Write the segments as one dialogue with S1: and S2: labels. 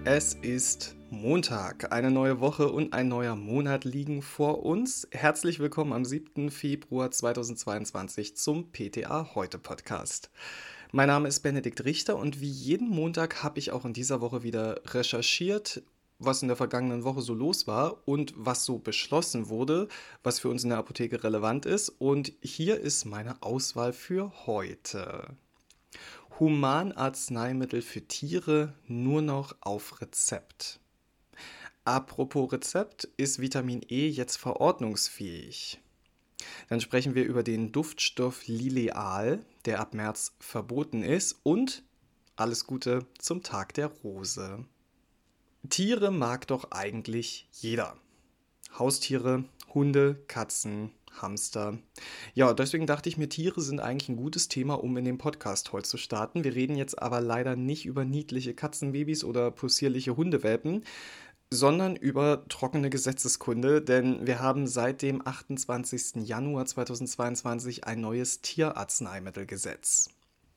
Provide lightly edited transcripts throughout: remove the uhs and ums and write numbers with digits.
S1: Es ist Montag, eine neue Woche und ein neuer Monat liegen vor uns. Herzlich willkommen am 7. Februar 2022 zum PTA Heute Podcast. Mein Name ist Benedikt Richter und wie jeden Montag habe ich auch in dieser Woche wieder recherchiert, was in der vergangenen Woche so los war und was so beschlossen wurde, was für uns in der Apotheke relevant ist. Und hier ist meine Auswahl für heute. Humanarzneimittel für Tiere nur noch auf Rezept. Apropos Rezept, ist Vitamin E jetzt verordnungsfähig? Dann sprechen wir über den Duftstoff Lilial, der ab März verboten ist, und alles Gute zum Tag der Rose. Tiere mag doch eigentlich jeder. Haustiere, Hunde, Katzen, Hamster. Ja, deswegen dachte ich mir, Tiere sind eigentlich ein gutes Thema, um in den Podcast heute zu starten. Wir reden jetzt aber leider nicht über niedliche Katzenbabys oder possierliche Hundewelpen, sondern über trockene Gesetzeskunde, denn wir haben seit dem 28. Januar 2022 ein neues Tierarzneimittelgesetz.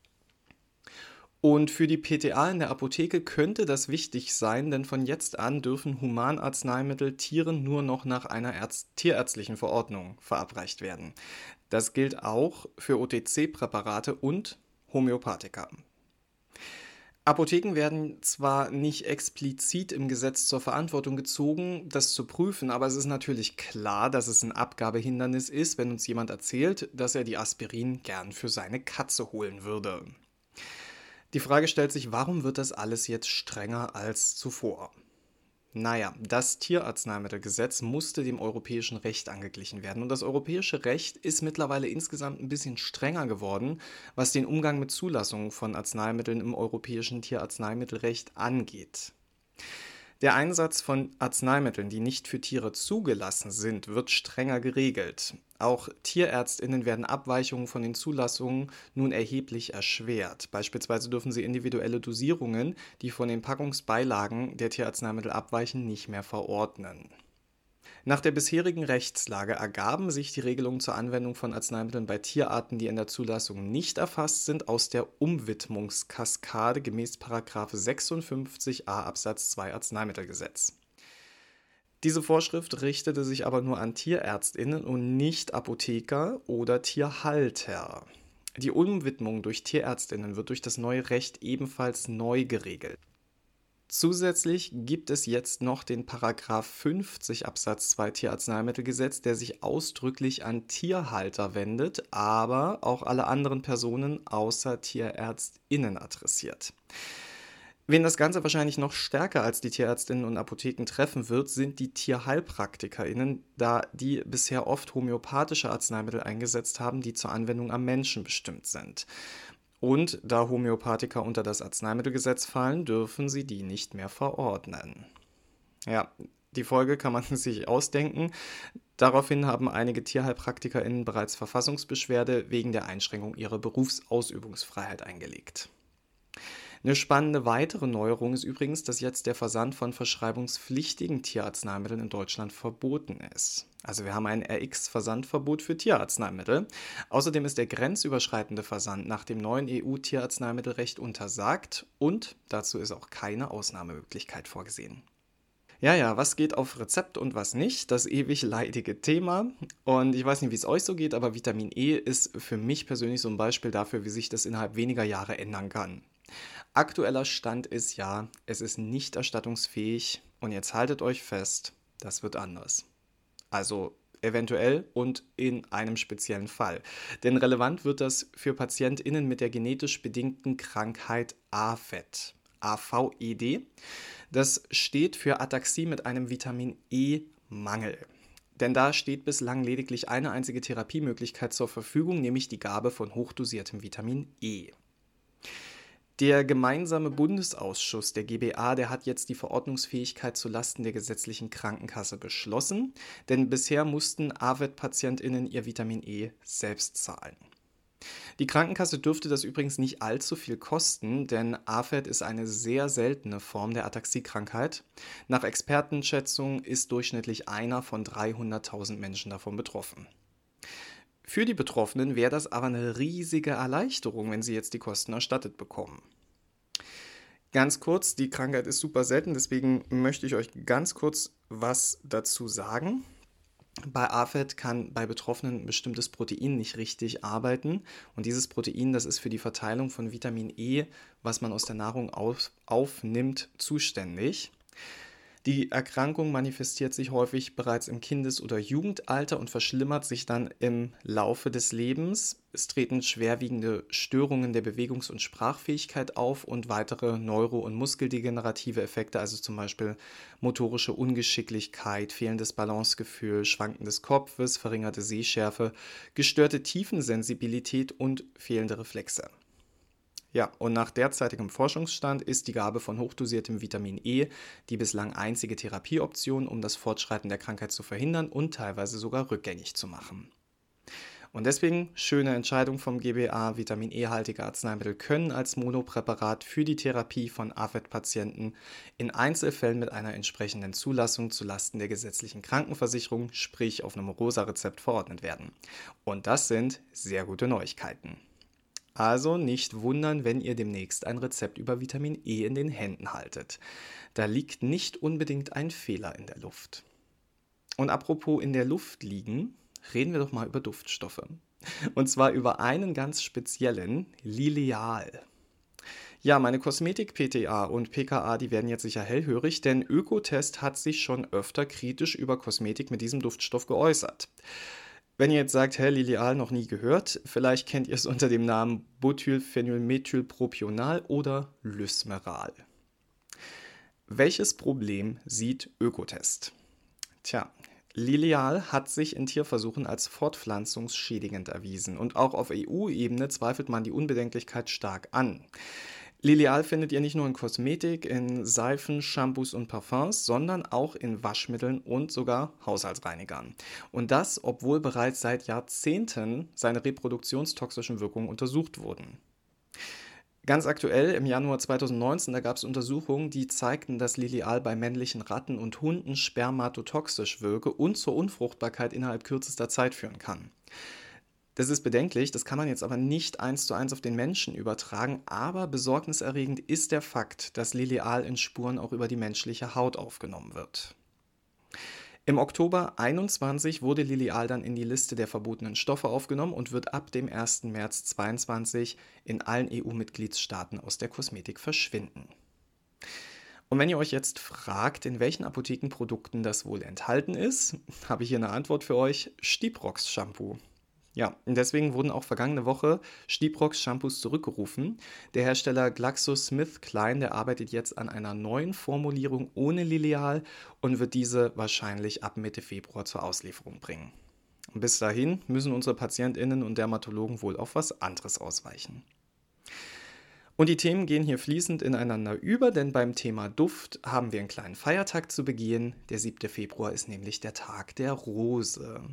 S1: Und für die PTA in der Apotheke könnte das wichtig sein, denn von jetzt an dürfen Humanarzneimittel Tieren nur noch nach einer tierärztlichen Verordnung verabreicht werden. Das gilt auch für OTC-Präparate und Homöopathika. Apotheken werden zwar nicht explizit im Gesetz zur Verantwortung gezogen, das zu prüfen, aber es ist natürlich klar, dass es ein Abgabehindernis ist, wenn uns jemand erzählt, dass er die Aspirin gern für seine Katze holen würde. Die Frage stellt sich, warum wird das alles jetzt strenger als zuvor? Naja, das Tierarzneimittelgesetz musste dem europäischen Recht angeglichen werden und das europäische Recht ist mittlerweile insgesamt ein bisschen strenger geworden, was den Umgang mit Zulassungen von Arzneimitteln im europäischen Tierarzneimittelrecht angeht. Der Einsatz von Arzneimitteln, die nicht für Tiere zugelassen sind, wird strenger geregelt. Auch TierärztInnen werden Abweichungen von den Zulassungen nun erheblich erschwert. Beispielsweise dürfen sie individuelle Dosierungen, die von den Packungsbeilagen der Tierarzneimittel abweichen, nicht mehr verordnen. Nach der bisherigen Rechtslage ergaben sich die Regelungen zur Anwendung von Arzneimitteln bei Tierarten, die in der Zulassung nicht erfasst sind, aus der Umwidmungskaskade gemäß § 56a Absatz 2 Arzneimittelgesetz. Diese Vorschrift richtete sich aber nur an TierärztInnen und nicht Apotheker oder Tierhalter. Die Umwidmung durch TierärztInnen wird durch das neue Recht ebenfalls neu geregelt. Zusätzlich gibt es jetzt noch den § 50 Absatz 2 Tierarzneimittelgesetz, der sich ausdrücklich an Tierhalter wendet, aber auch alle anderen Personen außer TierärztInnen adressiert. Wen das Ganze wahrscheinlich noch stärker als die Tierärztinnen und Apotheken treffen wird, sind die TierheilpraktikerInnen, da die bisher oft homöopathische Arzneimittel eingesetzt haben, die zur Anwendung am Menschen bestimmt sind. Und da Homöopathika unter das Arzneimittelgesetz fallen, dürfen sie die nicht mehr verordnen. Ja, die Folge kann man sich ausdenken. Daraufhin haben einige TierheilpraktikerInnen bereits Verfassungsbeschwerde wegen der Einschränkung ihrer Berufsausübungsfreiheit eingelegt. Eine spannende weitere Neuerung ist übrigens, dass jetzt der Versand von verschreibungspflichtigen Tierarzneimitteln in Deutschland verboten ist. Also wir haben ein RX-Versandverbot für Tierarzneimittel. Außerdem ist der grenzüberschreitende Versand nach dem neuen EU-Tierarzneimittelrecht untersagt und dazu ist auch keine Ausnahmemöglichkeit vorgesehen. Ja, was geht auf Rezept und was nicht? Das ewig leidige Thema. Und ich weiß nicht, wie es euch so geht, aber Vitamin E ist für mich persönlich so ein Beispiel dafür, wie sich das innerhalb weniger Jahre ändern kann. Aktueller Stand ist ja, es ist nicht erstattungsfähig und jetzt haltet euch fest, das wird anders. Also eventuell und in einem speziellen Fall. Denn relevant wird das für PatientInnen mit der genetisch bedingten Krankheit AVED. AVED. Das steht für Ataxie mit einem Vitamin E-Mangel. Denn da steht bislang lediglich eine einzige Therapiemöglichkeit zur Verfügung, nämlich die Gabe von hochdosiertem Vitamin E. Der gemeinsame Bundesausschuss der GBA, der hat jetzt die Verordnungsfähigkeit zulasten der gesetzlichen Krankenkasse beschlossen, denn bisher mussten AVED-PatientInnen ihr Vitamin E selbst zahlen. Die Krankenkasse dürfte das übrigens nicht allzu viel kosten, denn AVED ist eine sehr seltene Form der Ataxiekrankheit. Nach Expertenschätzung ist durchschnittlich einer von 300.000 Menschen davon betroffen. Für die Betroffenen wäre das aber eine riesige Erleichterung, wenn sie jetzt die Kosten erstattet bekommen. Ganz kurz, die Krankheit ist super selten, deswegen möchte ich euch ganz kurz was dazu sagen. Bei AFED kann bei Betroffenen ein bestimmtes Protein nicht richtig arbeiten und dieses Protein, das ist für die Verteilung von Vitamin E, was man aus der Nahrung aufnimmt, zuständig. Die Erkrankung manifestiert sich häufig bereits im Kindes- oder Jugendalter und verschlimmert sich dann im Laufe des Lebens. Es treten schwerwiegende Störungen der Bewegungs- und Sprachfähigkeit auf und weitere neuro- und muskeldegenerative Effekte, also zum Beispiel motorische Ungeschicklichkeit, fehlendes Balancegefühl, Schwanken des Kopfes, verringerte Sehschärfe, gestörte Tiefensensibilität und fehlende Reflexe. Ja, und nach derzeitigem Forschungsstand ist die Gabe von hochdosiertem Vitamin E die bislang einzige Therapieoption, um das Fortschreiten der Krankheit zu verhindern und teilweise sogar rückgängig zu machen. Und deswegen schöne Entscheidung vom GBA, Vitamin E-haltige Arzneimittel können als Monopräparat für die Therapie von AFED-Patienten in Einzelfällen mit einer entsprechenden Zulassung zulasten der gesetzlichen Krankenversicherung, sprich auf einem Rosa-Rezept verordnet werden. Und das sind sehr gute Neuigkeiten. Also nicht wundern, wenn ihr demnächst ein Rezept über Vitamin E in den Händen haltet. Da liegt nicht unbedingt ein Fehler in der Luft. Und apropos in der Luft liegen, reden wir doch mal über Duftstoffe. Und zwar über einen ganz speziellen, Lilial. Ja, meine Kosmetik-PTA und PKA, die werden jetzt sicher hellhörig, denn Ökotest hat sich schon öfter kritisch über Kosmetik mit diesem Duftstoff geäußert. Wenn ihr jetzt sagt, hey, Lilial noch nie gehört, vielleicht kennt ihr es unter dem Namen Butylphenylmethylpropional oder Lysmeral. Welches Problem sieht Ökotest? Tja, Lilial hat sich in Tierversuchen als fortpflanzungsschädigend erwiesen und auch auf EU-Ebene zweifelt man die Unbedenklichkeit stark an. Lilial findet ihr nicht nur in Kosmetik, in Seifen, Shampoos und Parfums, sondern auch in Waschmitteln und sogar Haushaltsreinigern. Und das, obwohl bereits seit Jahrzehnten seine reproduktionstoxischen Wirkungen untersucht wurden. Ganz aktuell, im Januar 2019, da gab es Untersuchungen, die zeigten, dass Lilial bei männlichen Ratten und Hunden spermatotoxisch wirke und zur Unfruchtbarkeit innerhalb kürzester Zeit führen kann. Das ist bedenklich, das kann man jetzt aber nicht eins zu eins auf den Menschen übertragen, aber besorgniserregend ist der Fakt, dass Lilial in Spuren auch über die menschliche Haut aufgenommen wird. Im Oktober 21 wurde Lilial dann in die Liste der verbotenen Stoffe aufgenommen und wird ab dem 1. März 22 in allen EU-Mitgliedstaaten aus der Kosmetik verschwinden. Und wenn ihr euch jetzt fragt, in welchen Apothekenprodukten das wohl enthalten ist, habe ich hier eine Antwort für euch: Stiprox Shampoo. Ja, und deswegen wurden auch vergangene Woche Stiprox-Shampoos zurückgerufen. Der Hersteller GlaxoSmithKline, der arbeitet jetzt an einer neuen Formulierung ohne Lilial und wird diese wahrscheinlich ab Mitte Februar zur Auslieferung bringen. Und bis dahin müssen unsere PatientInnen und Dermatologen wohl auf was anderes ausweichen. Und die Themen gehen hier fließend ineinander über, denn beim Thema Duft haben wir einen kleinen Feiertag zu begehen. Der 7. Februar ist nämlich der Tag der Rose.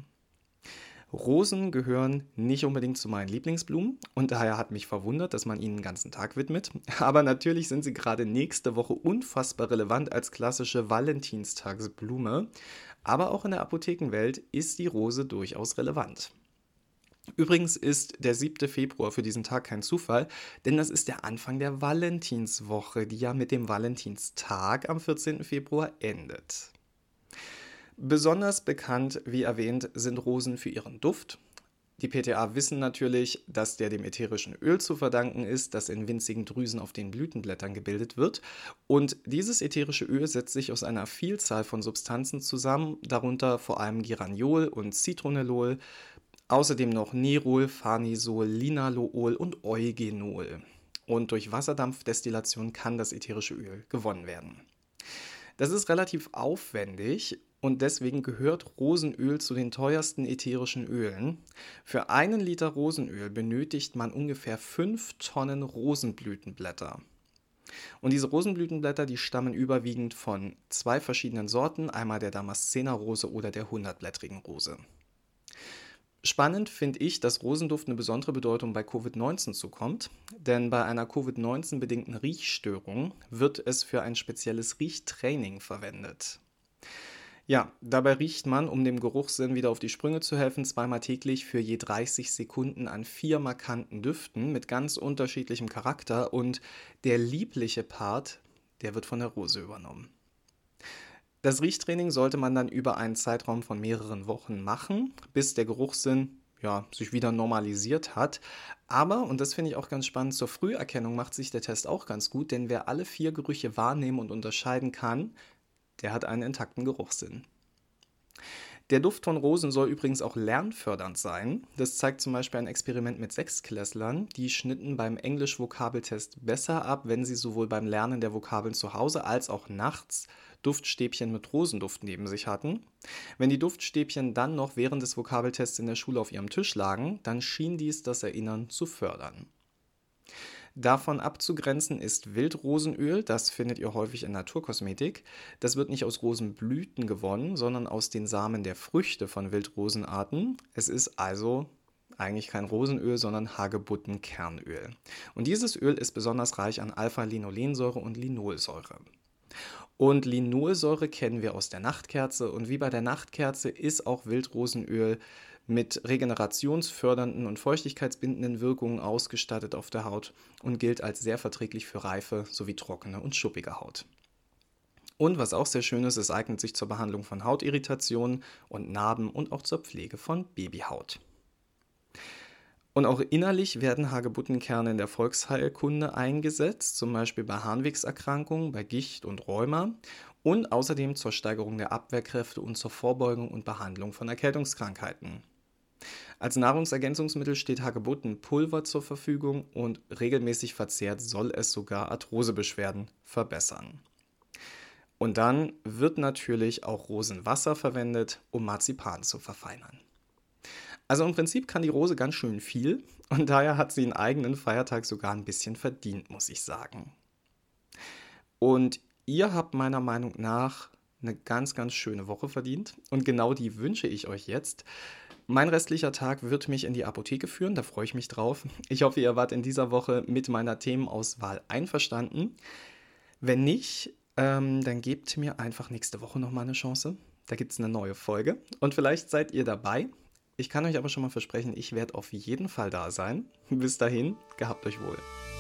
S1: Rosen gehören nicht unbedingt zu meinen Lieblingsblumen und daher hat mich verwundert, dass man ihnen den ganzen Tag widmet. Aber natürlich sind sie gerade nächste Woche unfassbar relevant als klassische Valentinstagsblume. Aber auch in der Apothekenwelt ist die Rose durchaus relevant. Übrigens ist der 7. Februar für diesen Tag kein Zufall, denn das ist der Anfang der Valentinswoche, die ja mit dem Valentinstag am 14. Februar endet. Besonders bekannt, wie erwähnt, sind Rosen für ihren Duft. Die PTA wissen natürlich, dass der dem ätherischen Öl zu verdanken ist, das in winzigen Drüsen auf den Blütenblättern gebildet wird. Und dieses ätherische Öl setzt sich aus einer Vielzahl von Substanzen zusammen, darunter vor allem Geraniol und Citronellol, außerdem noch Nerol, Farnesol, Linalool und Eugenol. Und durch Wasserdampfdestillation kann das ätherische Öl gewonnen werden. Das ist relativ aufwendig und deswegen gehört Rosenöl zu den teuersten ätherischen Ölen. Für 1 Liter Rosenöl benötigt man ungefähr 5 Tonnen Rosenblütenblätter. Und diese Rosenblütenblätter, die stammen überwiegend von 2 verschiedenen Sorten, einmal der Damaszenerrose oder der 100-blättrigen Rose. Spannend finde ich, dass Rosenduft eine besondere Bedeutung bei Covid-19 zukommt, denn bei einer Covid-19-bedingten Riechstörung wird es für ein spezielles Riechtraining verwendet. Ja, dabei riecht man, um dem Geruchssinn wieder auf die Sprünge zu helfen, zweimal täglich für je 30 Sekunden an 4 markanten Düften mit ganz unterschiedlichem Charakter und der liebliche Part, der wird von der Rose übernommen. Das Riechtraining sollte man dann über einen Zeitraum von mehreren Wochen machen, bis der Geruchssinn ja, sich wieder normalisiert hat. Aber, und das finde ich auch ganz spannend, zur Früherkennung macht sich der Test auch ganz gut, denn wer alle 4 Gerüche wahrnehmen und unterscheiden kann, der hat einen intakten Geruchssinn. Der Duft von Rosen soll übrigens auch lernfördernd sein. Das zeigt zum Beispiel ein Experiment mit Sechstklässlern. Die schnitten beim Englisch-Vokabeltest besser ab, wenn sie sowohl beim Lernen der Vokabeln zu Hause als auch nachts Duftstäbchen mit Rosenduft neben sich hatten. Wenn die Duftstäbchen dann noch während des Vokabeltests in der Schule auf ihrem Tisch lagen, dann schien dies das Erinnern zu fördern. Davon abzugrenzen ist Wildrosenöl, das findet ihr häufig in Naturkosmetik. Das wird nicht aus Rosenblüten gewonnen, sondern aus den Samen der Früchte von Wildrosenarten. Es ist also eigentlich kein Rosenöl, sondern Hagebuttenkernöl. Und dieses Öl ist besonders reich an Alpha-Linolensäure und Linolsäure. Und Linolsäure kennen wir aus der Nachtkerze und wie bei der Nachtkerze ist auch Wildrosenöl mit regenerationsfördernden und feuchtigkeitsbindenden Wirkungen ausgestattet auf der Haut und gilt als sehr verträglich für reife sowie trockene und schuppige Haut. Und was auch sehr schön ist, es eignet sich zur Behandlung von Hautirritationen und Narben und auch zur Pflege von Babyhaut. Und auch innerlich werden Hagebuttenkerne in der Volksheilkunde eingesetzt, zum Beispiel bei Harnwegserkrankungen, bei Gicht und Rheuma und außerdem zur Steigerung der Abwehrkräfte und zur Vorbeugung und Behandlung von Erkältungskrankheiten. Als Nahrungsergänzungsmittel steht Hagebuttenpulver zur Verfügung und regelmäßig verzehrt soll es sogar Arthrosebeschwerden verbessern. Und dann wird natürlich auch Rosenwasser verwendet, um Marzipan zu verfeinern. Also im Prinzip kann die Rose ganz schön viel und daher hat sie einen eigenen Feiertag sogar ein bisschen verdient, muss ich sagen. Und ihr habt meiner Meinung nach eine ganz, ganz schöne Woche verdient und genau die wünsche ich euch jetzt. Mein restlicher Tag wird mich in die Apotheke führen, da freue ich mich drauf. Ich hoffe, ihr wart in dieser Woche mit meiner Themenauswahl einverstanden. Wenn nicht, dann gebt mir einfach nächste Woche nochmal eine Chance. Da gibt es eine neue Folge und vielleicht seid ihr dabei. Ich kann euch aber schon mal versprechen, ich werde auf jeden Fall da sein. Bis dahin, gehabt euch wohl.